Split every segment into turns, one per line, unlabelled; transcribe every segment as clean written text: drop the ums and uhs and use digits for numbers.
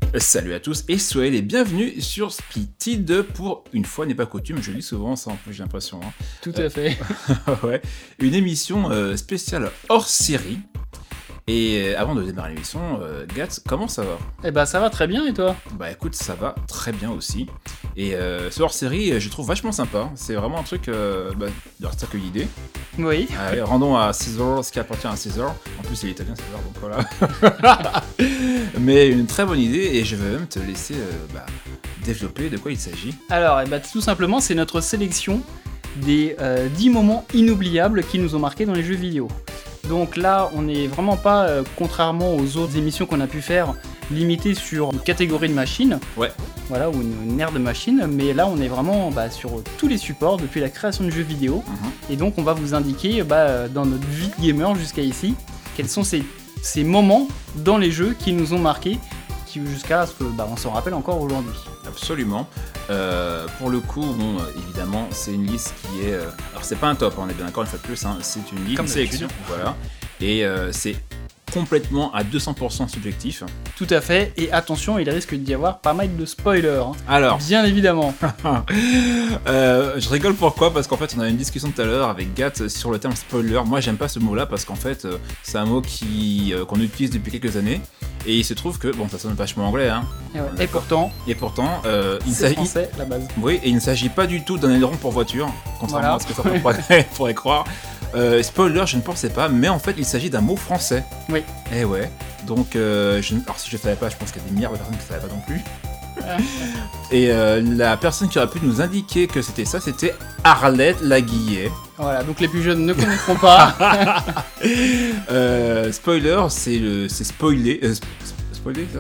Salut à tous et soyez les bienvenus sur Splitted pour une fois n'est pas coutume, je lis souvent ça en plus j'ai l'impression. Hein.
Tout à fait.
Ouais, une émission spéciale hors série. Et avant de démarrer l'émission, Gats, comment ça va ?
Eh ben ça va très bien et toi ?
Bah écoute, ça va très bien aussi. Et ce hors-série, je trouve vachement sympa. C'est vraiment un truc de ça que l'idée.
Oui.
Allez, rendons à César ce qui appartient à César. En plus, il est italien, César, donc voilà. Mais une très bonne idée et je vais même te laisser développer de quoi il s'agit.
Alors, tout simplement, c'est notre sélection des 10 moments inoubliables qui nous ont marqués dans les jeux vidéo. Donc là, on n'est vraiment pas, contrairement aux autres émissions qu'on a pu faire, limité sur une catégorie de machines.
Ouais.
Voilà, ou une aire de machines. Mais là, on est vraiment sur tous les supports depuis la création de jeux vidéo. Et donc, on va vous indiquer, dans notre vie de gamer jusqu'à ici, quels sont ces moments dans les jeux qui nous ont marqués, jusqu'à ce que on s'en rappelle encore aujourd'hui.
Absolument. Pour le coup, évidemment, c'est une liste qui est... alors, c'est pas un top, on est bien d'accord, une fois de plus, hein, c'est une liste,
comme
une sélection, voilà. Et c'est complètement à 200% subjectif.
Tout à fait, et attention, il risque d'y avoir pas mal de spoilers. Hein.
Alors,
bien évidemment.
je rigole pourquoi ? Parce qu'en fait, on a eu une discussion tout à l'heure avec Gat sur le terme spoiler. Moi, j'aime pas ce mot-là parce qu'en fait, c'est un mot qu'on utilise depuis quelques années. Et il se trouve que, ça sonne vachement anglais, hein.
Et pourtant,
c'est
français, la base.
Oui, et il ne s'agit pas du tout d'un aileron pour voiture, contrairement à ce que certains pourraient croire. Spoiler, je ne pensais pas, mais en fait, il s'agit d'un mot français.
Oui.
Eh ouais. Donc, alors si je ne savais pas, je pense qu'il y a des milliards de personnes qui ne savaient pas non plus. Et la personne qui aurait pu nous indiquer que c'était ça, c'était Arlette Laguillet.
Voilà, donc les plus jeunes ne connaîtront pas.
Spoiler, c'est spoiler. Spoiler, ça ?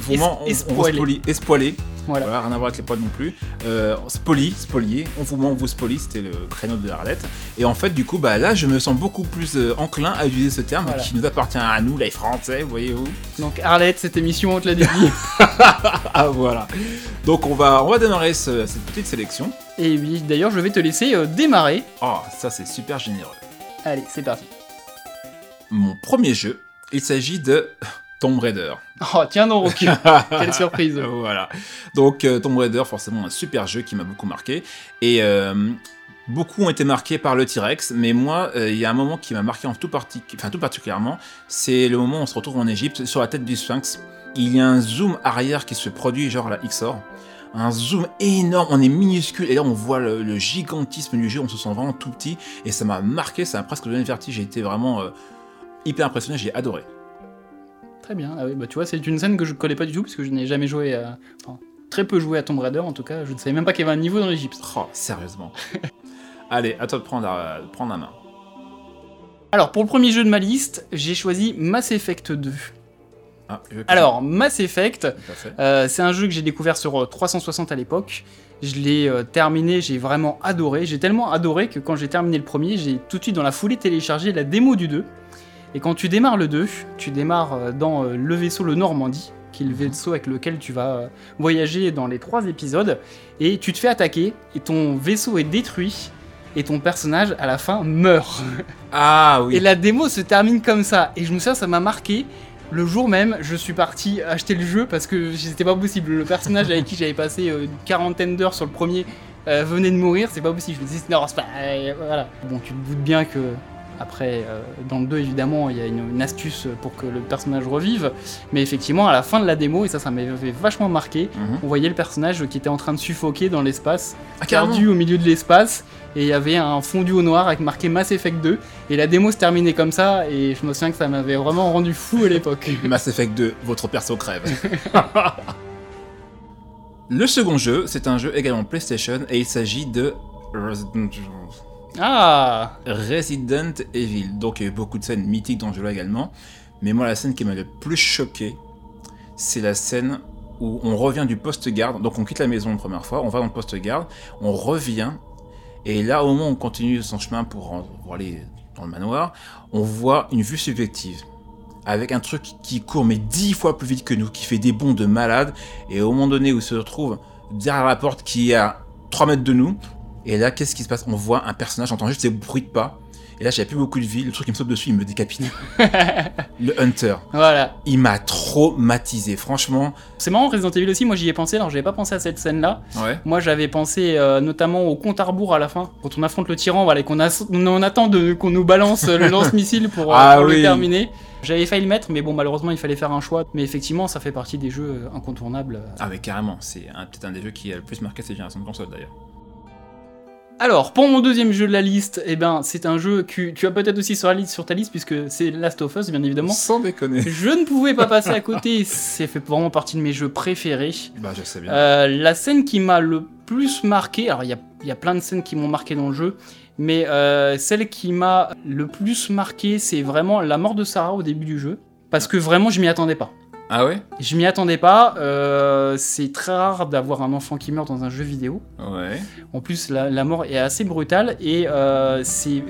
C'est
espoilé.
Voilà,
rien à voir avec les poils non plus. Spolier, on vous ment, on vous spolie, c'était le créneau de Arlette. Et en fait, du coup, là, je me sens beaucoup plus enclin à utiliser ce terme qui nous appartient à nous, les Français, voyez-vous.
Donc Arlette, cette émission, on te l'a dit.
Ah voilà. Donc on va démarrer cette petite sélection.
Et oui, d'ailleurs, je vais te laisser démarrer.
Oh, ça c'est super généreux.
Allez, c'est parti.
Mon premier jeu, il s'agit de Tomb Raider.
Oh, tiens donc. Quelle surprise.
Voilà. Donc Tomb Raider, forcément un super jeu qui m'a beaucoup marqué. Et beaucoup ont été marqués par le T-Rex, mais moi, il y a un moment qui m'a marqué tout particulièrement, c'est le moment où on se retrouve en Égypte, sur la tête du Sphinx. Il y a un zoom arrière qui se produit, genre la XOR. Un zoom énorme, on est minuscule, et là on voit le gigantisme du jeu, on se sent vraiment tout petit, et ça m'a marqué, ça m'a presque donné le vertige, j'ai été vraiment hyper impressionné, j'ai adoré.
Très bien, ah oui, tu vois, c'est une scène que je connais pas du tout, parce que je n'ai jamais joué très peu joué à Tomb Raider en tout cas, je ne savais même pas qu'il y avait un niveau dans l'Égypte.
Oh, sérieusement. Allez, à toi de prendre la main.
Alors, pour le premier jeu de ma liste, j'ai choisi Mass Effect 2. Alors, Mass Effect, c'est un jeu que j'ai découvert sur 360 à l'époque. Je l'ai terminé, j'ai vraiment adoré. J'ai tellement adoré que quand j'ai terminé le premier, j'ai tout de suite dans la foulée téléchargé la démo du 2. Et quand tu démarres le 2, tu démarres dans le vaisseau, le Normandie, qui est le vaisseau avec lequel tu vas voyager dans les 3 épisodes. Et tu te fais attaquer, et ton vaisseau est détruit, et ton personnage, à la fin, meurt.
Ah oui.
Et la démo se termine comme ça. Et je me souviens, ça m'a marqué. Le jour même, je suis parti acheter le jeu parce que c'était pas possible. Le personnage avec qui j'avais passé une quarantaine d'heures sur le premier venait de mourir, c'est pas possible. Je me disais, non, c'est pas... voilà. Bon, tu te doutes bien que, après, dans le 2, évidemment, il y a une astuce pour que le personnage revive. Mais effectivement, à la fin de la démo, et ça m'avait vachement marqué, on voyait le personnage qui était en train de suffoquer dans l'espace, perdu au milieu de l'espace. Et il y avait un fondu au noir avec marqué Mass Effect 2, et la démo se terminait comme ça, et je me souviens que ça m'avait vraiment rendu fou à l'époque.
Mass Effect 2, votre perso crève. Le second jeu, c'est un jeu également PlayStation, et il s'agit de Resident Evil. Donc il y a eu beaucoup de scènes mythiques dans le jeu-là également, mais moi la scène qui m'a le plus choqué, c'est la scène où on revient du poste-garde, donc on quitte la maison une première fois, on va dans le poste-garde, on revient, et là, au moment où on continue son chemin pour aller dans le manoir, on voit une vue subjective, avec un truc qui court mais 10 fois plus vite que nous, qui fait des bonds de malade, et au moment donné où il se retrouve derrière la porte qui est à 3 mètres de nous, et là, qu'est-ce qui se passe ? On voit un personnage, on entend juste ces bruits de pas, Et là, j'avais plus beaucoup de vie. Le truc qui me saute dessus, il me décapite. Le Hunter.
Voilà.
Il m'a traumatisé, franchement.
C'est marrant, Resident Evil aussi, moi j'y ai pensé, alors j'avais pas pensé à cette scène-là.
Ouais.
Moi j'avais pensé notamment au compte à rebours à la fin, quand on affronte le tyran, voilà, et on attend qu'on nous balance le lance-missile pour le terminer. J'avais failli le mettre, mais bon, malheureusement, il fallait faire un choix. Mais effectivement, ça fait partie des jeux incontournables.
Ah, mais carrément, c'est peut-être un des jeux qui a le plus marqué cette génération de consoles d'ailleurs.
Alors, pour mon deuxième jeu de la liste, eh ben, c'est un jeu que tu as peut-être aussi sur ta liste, puisque c'est Last of Us, bien évidemment.
Sans déconner.
Je ne pouvais pas passer à côté, c'est fait vraiment partie de mes jeux préférés.
Bah, je sais bien.
La scène qui m'a le plus marqué, alors il y a plein de scènes qui m'ont marqué dans le jeu, mais celle qui m'a le plus marqué, c'est vraiment la mort de Sarah au début du jeu, parce que vraiment, je m'y attendais pas.
Ah ouais?
Je m'y attendais pas, c'est très rare d'avoir un enfant qui meurt dans un jeu vidéo.
Ouais.
En plus, la mort est assez brutale et c'est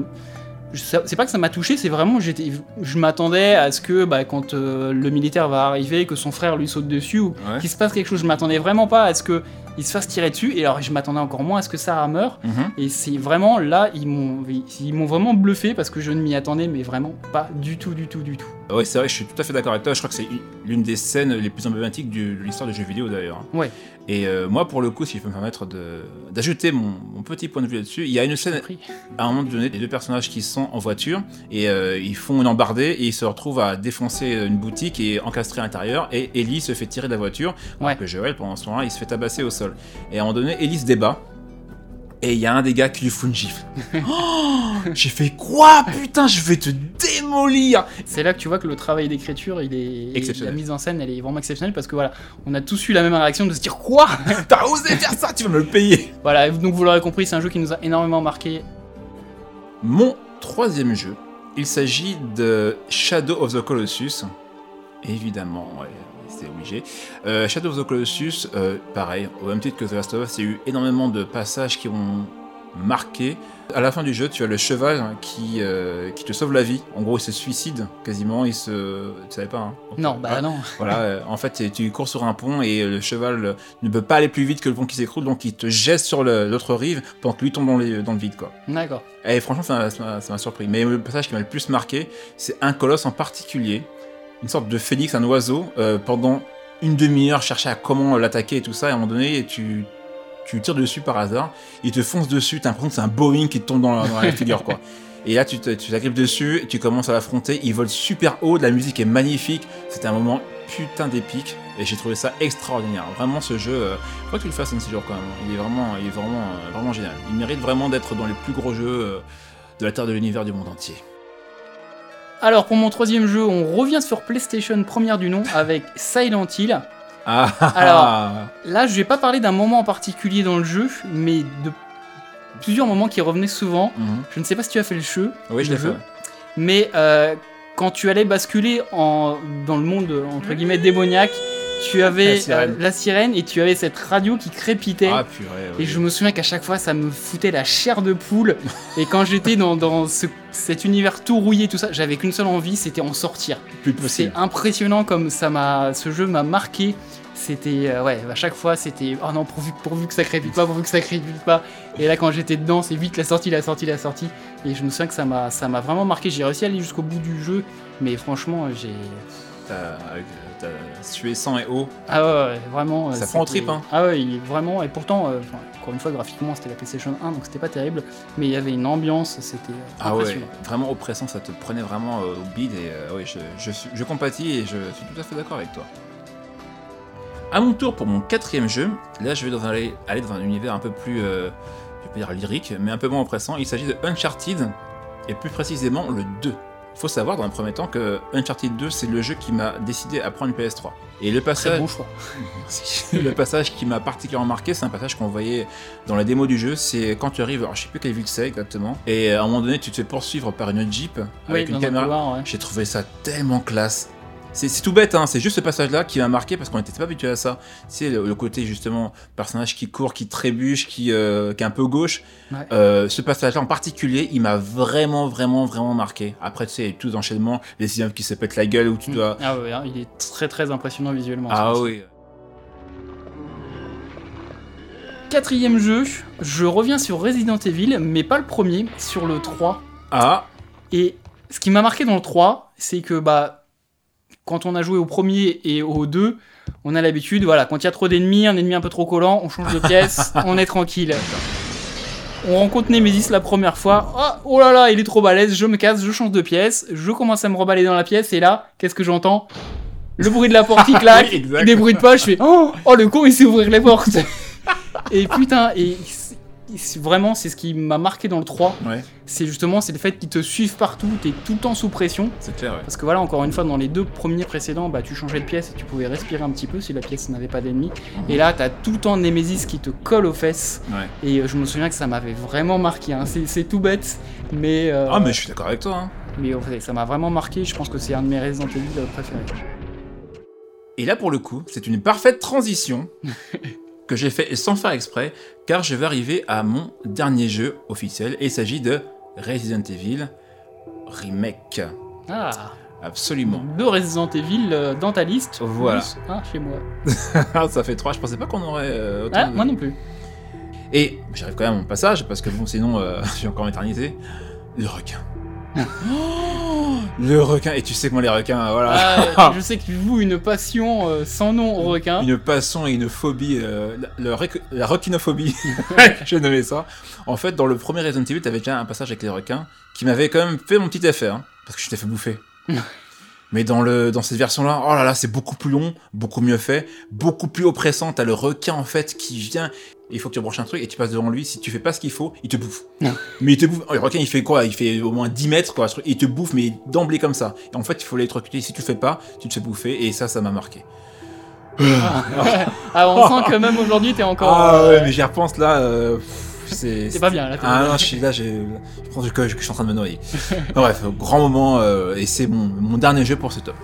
pas que ça m'a touché, c'est vraiment je m'attendais à ce que quand le militaire va arriver, que son frère lui saute dessus ou qu'il se passe quelque chose. Je m'attendais vraiment pas à ce que il se fasse tirer dessus, et alors je m'attendais encore moins à ce que Sarah meure. Et c'est vraiment là, ils m'ont vraiment bluffé parce que je ne m'y attendais, mais vraiment pas du tout.
Ouais, c'est vrai, je suis tout à fait d'accord avec toi. Je crois que c'est l'une des scènes les plus emblématiques de l'histoire des jeux vidéo d'ailleurs.
Ouais.
Et moi, pour le coup, si je peux me permettre d'ajouter mon petit point de vue là-dessus, il y a une scène, à un moment donné, les deux personnages qui sont en voiture, et ils font une embardée, et ils se retrouvent à défoncer une boutique et encastrer à l'intérieur, et Ellie se fait tirer de la voiture, alors que Joel, pendant ce moment-là, il se fait tabasser au sol. Et à un moment donné, Ellie se débat, et il y a un des gars qui lui fout une gifle. Oh, j'ai fait quoi? Putain, je vais te démolir!
C'est là que tu vois que le travail d'écriture, la mise en scène, elle est vraiment exceptionnelle, parce que voilà, on a tous eu la même réaction de se dire quoi?
T'as osé faire ça? Tu vas me le payer!
Voilà, donc vous l'aurez compris, c'est un jeu qui nous a énormément marqué.
Mon troisième jeu, il s'agit de Shadow of the Colossus. Évidemment, ouais. C'est obligé. Shadow of the Colossus, pareil, au même titre que The Last of Us, il y a eu énormément de passages qui ont marqué. À la fin du jeu, tu as le cheval qui te sauve la vie. En gros, il se suicide quasiment. Tu savais pas, hein?
Non, non.
Voilà, en fait, tu cours sur un pont et le cheval ne peut pas aller plus vite que le pont qui s'écroule, donc il te jette sur l'autre rive pendant que lui tombe dans le vide, quoi. D'accord. Et franchement, ça m'a surpris. Mais le passage qui m'a le plus marqué, c'est un colosse en particulier. Une sorte de phénix, un oiseau, pendant une demi-heure, chercher à comment l'attaquer et tout ça, et à un moment donné, tu tires dessus par hasard, il te fonce dessus, t'as l'impression que c'est un Boeing qui te tombe dans la figure, quoi. Et là, tu t'agrippes dessus, tu commences à l'affronter, il vole super haut, la musique est magnifique, c'était un moment putain d'épique, et j'ai trouvé ça extraordinaire. Vraiment, ce jeu, je crois que tu le fasses un de ces jours quand même, il est vraiment génial. Il mérite vraiment d'être dans les plus gros jeux de la Terre, de l'univers, du monde entier.
Alors pour mon troisième jeu, on revient sur PlayStation première du nom avec Silent Hill. Alors là, je vais pas parler d'un moment en particulier dans le jeu, mais de plusieurs moments qui revenaient souvent. Je ne sais pas si tu as fait le jeu.
Oui, je l'ai fait.
Mais quand tu allais basculer dans le monde entre guillemets démoniaque, tu avais la sirène et tu avais cette radio qui crépitait. Ah purée, oui. Et je me souviens qu'à chaque fois ça me foutait la chair de poule. Et quand j'étais dans cet univers tout rouillé, tout ça, j'avais qu'une seule envie, c'était en sortir.
Plus possible.
C'est impressionnant comme ce jeu m'a marqué. C'était à chaque fois c'était oh non, pourvu que ça crépite pas. Et là quand j'étais dedans, c'est vite la sortie. Et je me souviens que ça m'a vraiment marqué. J'ai réussi à aller jusqu'au bout du jeu, mais franchement
T'as sué sang et eau.
Ah ouais, vraiment.
Ça prend au trip, hein.
Ah ouais, il est vraiment. Et pourtant, encore une fois, graphiquement, c'était la PlayStation 1, donc c'était pas terrible. Mais il y avait une ambiance, c'était impressionnant.
Ouais, vraiment oppressant, ça te prenait vraiment au bide. Et oui, je compatis et je suis tout à fait d'accord avec toi. À mon tour, pour mon quatrième jeu, là je vais aller dans un univers un peu plus, je peux dire lyrique, mais un peu moins oppressant. Il s'agit de Uncharted, et plus précisément le 2. Il faut savoir dans un premier temps que Uncharted 2, c'est le jeu qui m'a décidé à prendre une PS3. Et le passage,
très bon choix.
Le passage qui m'a particulièrement marqué, c'est un passage qu'on voyait dans la démo du jeu. C'est quand tu arrives, alors je sais plus quelle ville c'est exactement, et à un moment donné, tu te fais poursuivre par une Jeep avec une caméra. Couloir, ouais. J'ai trouvé ça tellement classe. C'est tout bête, hein, c'est juste ce passage-là qui m'a marqué parce qu'on n'était pas habitué à ça. Tu sais, le côté justement, personnage qui court, qui trébuche, qui est un peu gauche. Ouais. Ce passage-là en particulier, il m'a vraiment marqué. Après, tu sais, tout l'enchaînement, les immeubles qui se pètent la gueule où tu dois.
Ah ouais, hein, il est très impressionnant visuellement.
Ah oui.
Quatrième jeu, je reviens sur Resident Evil, mais pas le premier, sur le 3.
Ah,
Et ce qui m'a marqué dans le 3, c'est que quand on a joué au premier et au 2, on a l'habitude, voilà, quand il y a trop d'ennemis, un ennemi un peu trop collant, on change de pièce, on est tranquille. On rencontre Nemesis la première fois, oh là là, il est trop balèze, je me casse, je change de pièce, je commence à me reballer dans la pièce, et là, qu'est-ce que j'entends ? Le bruit de la porte qui claque,
Oui, exact.
des bruits de poche, je fais oh le con, il sait ouvrir les portes. Et putain, vraiment, c'est ce qui m'a marqué dans le 3,
ouais,
c'est le fait qu'ils te suivent partout, t'es tout le temps sous pression.
c'est clair, ouais.
Parce que voilà, encore une fois, dans les 2 premiers précédents, tu changeais de pièce et tu pouvais respirer un petit peu si la pièce n'avait pas d'ennemis. Et là, t'as tout le temps Nemesis qui te colle aux fesses.
Ouais.
Et je me souviens que ça m'avait vraiment marqué. Hein. C'est tout bête, mais.
Ah, mais je suis d'accord avec toi. Hein.
Mais ça m'a vraiment marqué. Je pense que c'est un de mes Resident Evil préférés.
Et là, pour le coup, c'est une parfaite transition que j'ai fait sans faire exprès, car je vais arriver à mon dernier jeu officiel, et il s'agit de Resident Evil Remake.
Ah,
Absolument.
2 Resident Evil dans ta liste.
Voilà.
Plus un chez moi.
Ça fait 3, je pensais pas qu'on aurait autant
Ah,
de...
moi non plus.
Et j'arrive quand même à mon passage, parce que bon, sinon, je suis encore en éternité. Le requin. Le requin, et tu sais que moi les requins, voilà.
Ah, je sais que tu voues une passion sans nom au requin.
Une passion et une phobie, la requinophobie, j'ai nommé ça. En fait, dans le premier Resident Evil, t'avais déjà un passage avec les requins qui m'avait quand même fait mon petit effet, hein, parce que je t'ai fait bouffer. Mais dans cette version-là, oh là là, c'est beaucoup plus long, beaucoup mieux fait, beaucoup plus oppressant. T'as le requin en fait qui vient, et il faut que tu branches un truc et tu passes devant lui. Si tu fais pas ce qu'il faut, il te bouffe. Mais il te bouffe. Le requin, il fait quoi ? Il fait au moins 10 mètres, quoi. Et il te bouffe, mais d'emblée comme ça. Et en fait, il faut l'électrocuter. Si tu le fais pas, tu te fais bouffer. Et ça m'a marqué.
Ah, on sent que même aujourd'hui, t'es encore.
Ah ouais, mais j'y repense là.
C'est pas bien là.
Ah non, je suis là, je pense que je suis en train de me noyer. Bref, grand moment, et c'est mon dernier jeu pour ce top.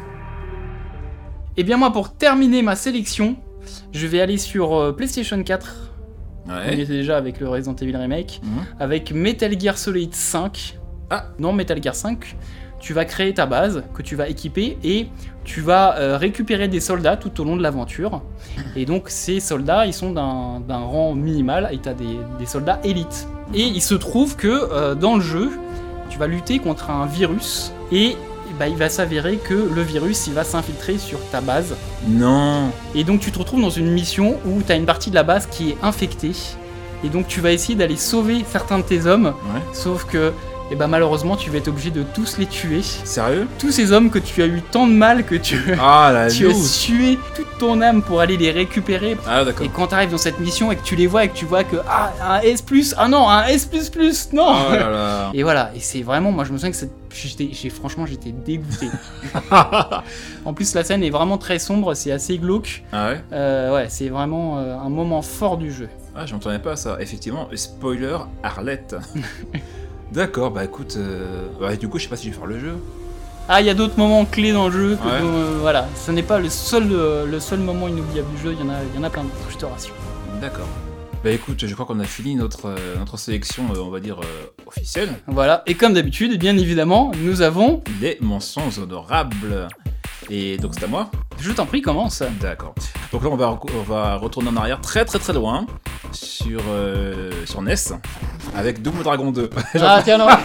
Et bien moi, pour terminer ma sélection, je vais aller sur PlayStation 4. On y
Ouais.
était déjà avec le Resident Evil Remake, avec Metal Gear Solid 5.
Ah.
Non, Metal Gear 5. Tu vas créer ta base que tu vas équiper et tu vas récupérer des soldats tout au long de l'aventure. Et donc ces soldats, ils sont d'un rang minimal et tu as des soldats élites. Et il se trouve que dans le jeu, tu vas lutter contre un virus et il va s'avérer que le virus, il va s'infiltrer sur ta base.
Non.
Et donc tu te retrouves dans une mission où tu as une partie de la base qui est infectée. Et donc tu vas essayer d'aller sauver certains de tes hommes.
Ouais.
Sauf que malheureusement tu vas être obligé de tous les tuer.
Sérieux ?
Tous ces hommes que tu as eu tant de mal, que tu
Ah la
as
loose.
sué toute ton âme pour aller les récupérer.
Ah d'accord.
Et quand tu arrives dans cette mission et que tu les vois et que tu vois que un S+, ah non, un S++, non.
Oh là là.
Et voilà, et c'est vraiment, moi je me souviens que franchement j'étais dégoûté. En plus la scène est vraiment très sombre, c'est assez glauque.
Ah ouais.
Ouais, c'est vraiment un moment fort du jeu.
Ah, j'entendais pas ça. Effectivement, spoiler, Arlette. D'accord, bah écoute, du coup, je sais pas si je vais faire le jeu.
Ah, il y a d'autres moments clés dans le jeu, que,
Ouais.
voilà, ce n'est pas le seul moment inoubliable du jeu, il y en a plein d'autres, je te rassure.
D'accord. Bah écoute, je crois qu'on a fini notre sélection, on va dire, officielle.
Voilà, et comme d'habitude, bien évidemment, nous avons...
Les mentions honorables. Et donc c'est à moi.
Je t'en prie, commence.
D'accord. Donc là, on va retourner en arrière très très très loin sur NES avec Double Dragon 2.
Ah tiens, non.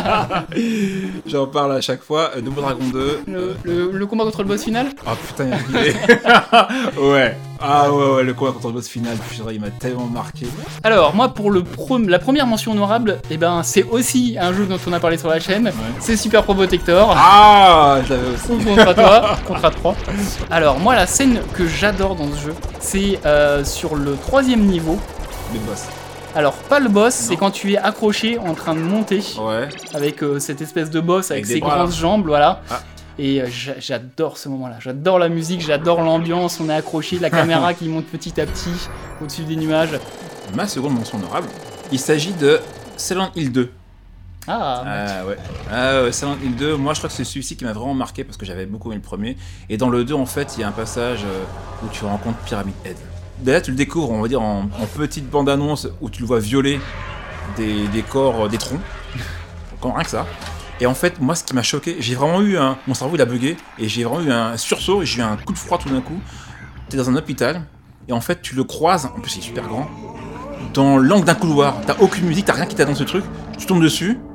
J'en parle à chaque fois. Double Dragon 2.
Le combat contre le boss final.
Ah putain, il y a une idée. Ouais. Ah ouais, le combat contre le boss final, putain, il m'a tellement marqué.
Alors, moi, pour la première mention honorable, c'est aussi un jeu dont on a parlé sur la chaîne.
Ouais.
C'est Super Protector.
Ah, je l'avais aussi.
Ou contre toi, contre 3. Alors, moi, la scène que j'adore dans ce jeu, c'est sur le 3e niveau.
Le boss.
Alors, pas le boss,
Non.
c'est quand tu es accroché en train de monter
Ouais.
avec cette espèce de boss avec
Avec des
ses
bras,
grandes
là.
jambes, voilà.
Ah.
Et j'adore ce moment-là. J'adore la musique, j'adore l'ambiance. On est accroché, la caméra qui monte petit à petit au-dessus des nuages.
Ma seconde mention honorable, il s'agit de Silent Hill 2.
Ah,
Ouais, Silent Hill 2, moi je crois que c'est celui-ci qui m'a vraiment marqué parce que j'avais beaucoup aimé le premier. Et dans le 2, en fait, il y a un passage où tu rencontres Pyramid Head. Là, tu le découvres, on va dire, en petite bande-annonce où tu le vois violer des corps, des troncs. Donc, rien que ça. Et en fait, moi, ce qui m'a choqué, j'ai vraiment eu mon cerveau, il a bugué, et j'ai vraiment eu un sursaut, et j'ai eu un coup de froid tout d'un coup. T'es dans un hôpital, et en fait, tu le croises, en plus, il est super grand, dans l'angle d'un couloir. T'as aucune musique, t'as rien qui t'attend ce truc, tu tombes dessus,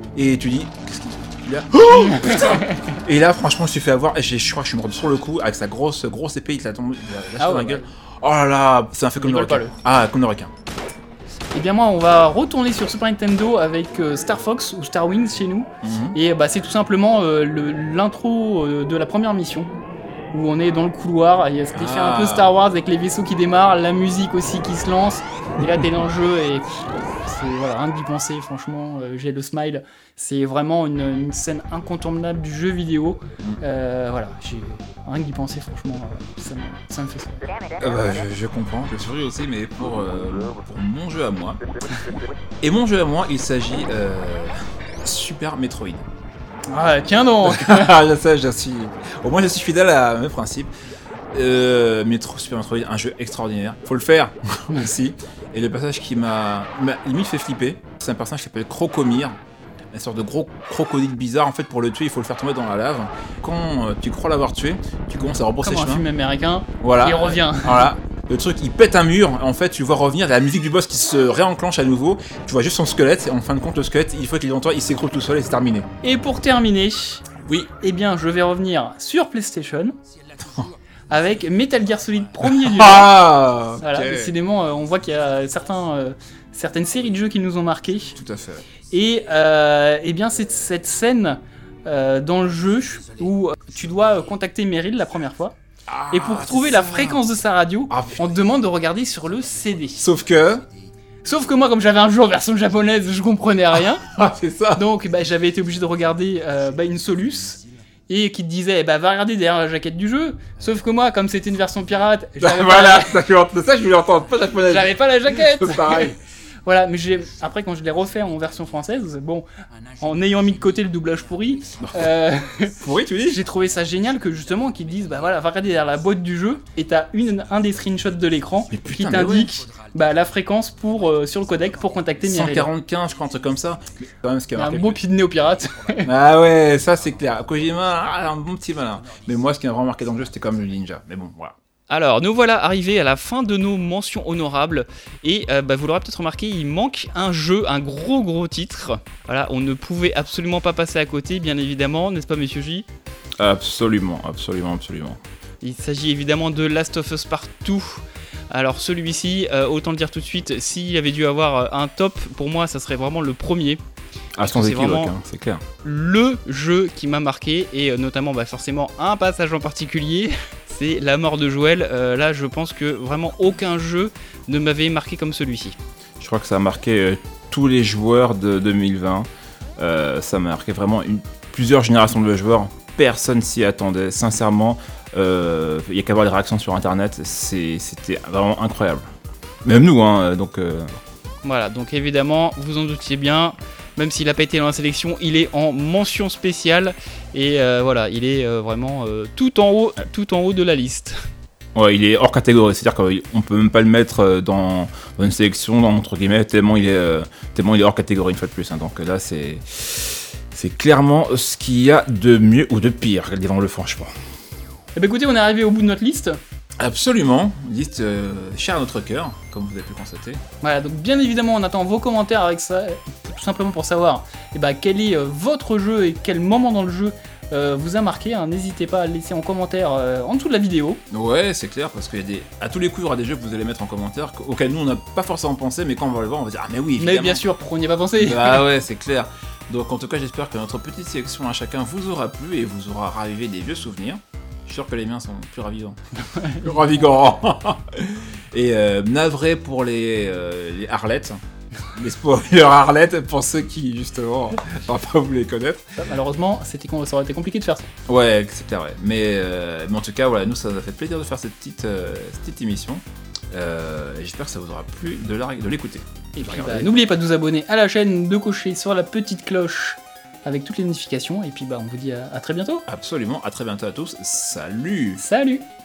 et tu dis, qu'est-ce qu'il y a? Oh putain. Et là, franchement, je me suis fait avoir, et je crois que je suis mort sur le coup, avec sa grosse épée, il te l'a tombé dans la gueule. Oh là là, ça m'a fait comme le requin. Comme le requin.
Et bien moi, on va retourner sur Super Nintendo avec Star Fox ou Star Wings chez nous. Et c'est tout simplement l'intro de la première mission, où on est dans le couloir, il y a cet effet un peu Star Wars avec les vaisseaux qui démarrent, la musique aussi qui se lance, et là t'es dans le jeu et c'est voilà, rien que d'y penser, franchement, j'ai le smile, c'est vraiment une scène incontournable du jeu vidéo, voilà, j'ai rien que d'y penser, franchement, ça me fait ça.
Je comprends, je suis aussi, mais pour mon jeu à moi, et mon jeu à moi, il s'agit Super Metroid.
Ah, tiens donc.
Au moins je suis fidèle à mes principes. Super Metroid, un jeu extraordinaire. Faut le faire aussi. Et le passage qui m'a limite fait flipper, c'est un personnage qui s'appelle Crocomire. Une sorte de gros crocodile bizarre. En fait, pour le tuer, il faut le faire tomber dans la lave. Quand tu crois l'avoir tué, tu commences à rebrosser chemin.
Comme un film américain,
voilà.
Il revient.
Voilà. Le truc, il pète un mur, en fait, tu vois revenir la musique du boss qui se réenclenche à nouveau, tu vois juste son squelette, et en fin de compte, le squelette, une fois qu'il est dans toi, il s'écroule tout seul et c'est terminé.
Et pour terminer,
oui,
eh bien, je vais revenir sur PlayStation avec Metal Gear Solid premier du
Ah
voilà,
okay.
Décidément, on voit qu'il y a certaines séries de jeux qui nous ont marqués.
Tout à fait.
Et eh bien, c'est cette scène dans le jeu où tu dois contacter Meryl la première fois. Et pour trouver la fréquence de sa radio, on te demande de regarder sur le CD.
Sauf que
moi, comme j'avais un jeu en version japonaise, je comprenais rien.
C'est ça.
Donc j'avais été obligé de regarder une Solus. Et qui te disait, va regarder derrière la jaquette du jeu. Sauf que moi, comme c'était une version pirate,
voilà, ça je voulais entendre, pas japonaise.
J'avais pas la jaquette.
C'est pareil.
Voilà, mais après quand je l'ai refait en version française, bon, en ayant mis de côté le doublage pourri,
pourri tu dis,
j'ai trouvé ça génial que justement qu'ils disent, va regarder derrière la boîte du jeu et t'as un des screenshots de l'écran qui t'indique la fréquence sur le codec pour contacter Meryl.
145, je crois, un truc comme ça. Mais quand même, ce qui a
un beau pied de nez au pirate.
Ah ouais, ça c'est clair. Kojima, un bon petit malin. Mais moi, ce qui m'a vraiment marqué dans le jeu, c'était quand même le ninja. Mais bon, voilà.
Alors, nous voilà arrivés à la fin de nos mentions honorables et vous l'aurez peut-être remarqué, il manque un jeu, un gros titre. Voilà, on ne pouvait absolument pas passer à côté, bien évidemment, n'est-ce pas, Monsieur J ?
Absolument.
Il s'agit évidemment de Last of Us Part 2. Alors celui-ci, autant le dire tout de suite, s'il avait dû avoir un top, pour moi, ça serait vraiment le premier.
Sans équivoque, c'est clair.
Le jeu qui m'a marqué, et notamment forcément un passage en particulier, c'est la mort de Joël. Là, je pense que vraiment aucun jeu ne m'avait marqué comme celui-ci.
Je crois que ça a marqué tous les joueurs de 2020. Ça a marqué vraiment plusieurs générations de joueurs. Personne s'y attendait, sincèrement. Il y a qu'à voir les réactions sur internet, c'était vraiment incroyable. Même nous, donc...
Voilà, donc évidemment, vous en doutiez bien, même s'il n'a pas été dans la sélection, il est en mention spéciale, et voilà, il est vraiment tout en haut de la liste.
Ouais, il est hors catégorie, c'est-à-dire qu'on peut même pas le mettre dans une sélection, entre guillemets, tellement il est hors catégorie une fois de plus, donc là c'est clairement ce qu'il y a de mieux ou de pire, disons-le franchement.
Eh ben écoutez, on est arrivé au bout de notre liste.
Absolument, liste chère à notre cœur, comme vous avez pu constater.
Voilà, donc bien évidemment, on attend vos commentaires avec ça, tout simplement pour savoir quel est votre jeu et quel moment dans le jeu vous a marqué. N'hésitez pas à le laisser en commentaire en dessous de la vidéo.
Ouais, c'est clair, parce qu'il y a à tous les coups, il y aura des jeux que vous allez mettre en commentaire, auxquels nous on n'a pas forcément pensé, mais quand on va le voir, on va dire ah mais oui, évidemment.
Mais bien sûr, pourquoi on n'y a pas pensé.
Ah ouais, c'est clair. Donc en tout cas, j'espère que notre petite sélection à chacun vous aura plu et vous aura ravivé des vieux souvenirs. Je suis sûr que les miens sont plus ravivants. Plus ravigants. Et navré pour les Arlettes. Les spoilers Arlettes, pour ceux qui, justement, n'ont pas voulu les connaître.
Ça, malheureusement, ça aurait été compliqué de faire ça.
Ouais, c'est clair, ouais. Mais en tout cas, voilà, nous, ça nous a fait plaisir de faire cette petite émission. J'espère que ça vous aura plu de l'écouter.
Et puis, n'oubliez pas de vous abonner à la chaîne, de cocher sur la petite cloche avec toutes les notifications, et puis on vous dit à très bientôt.
Absolument, à très bientôt à tous, salut.
Salut.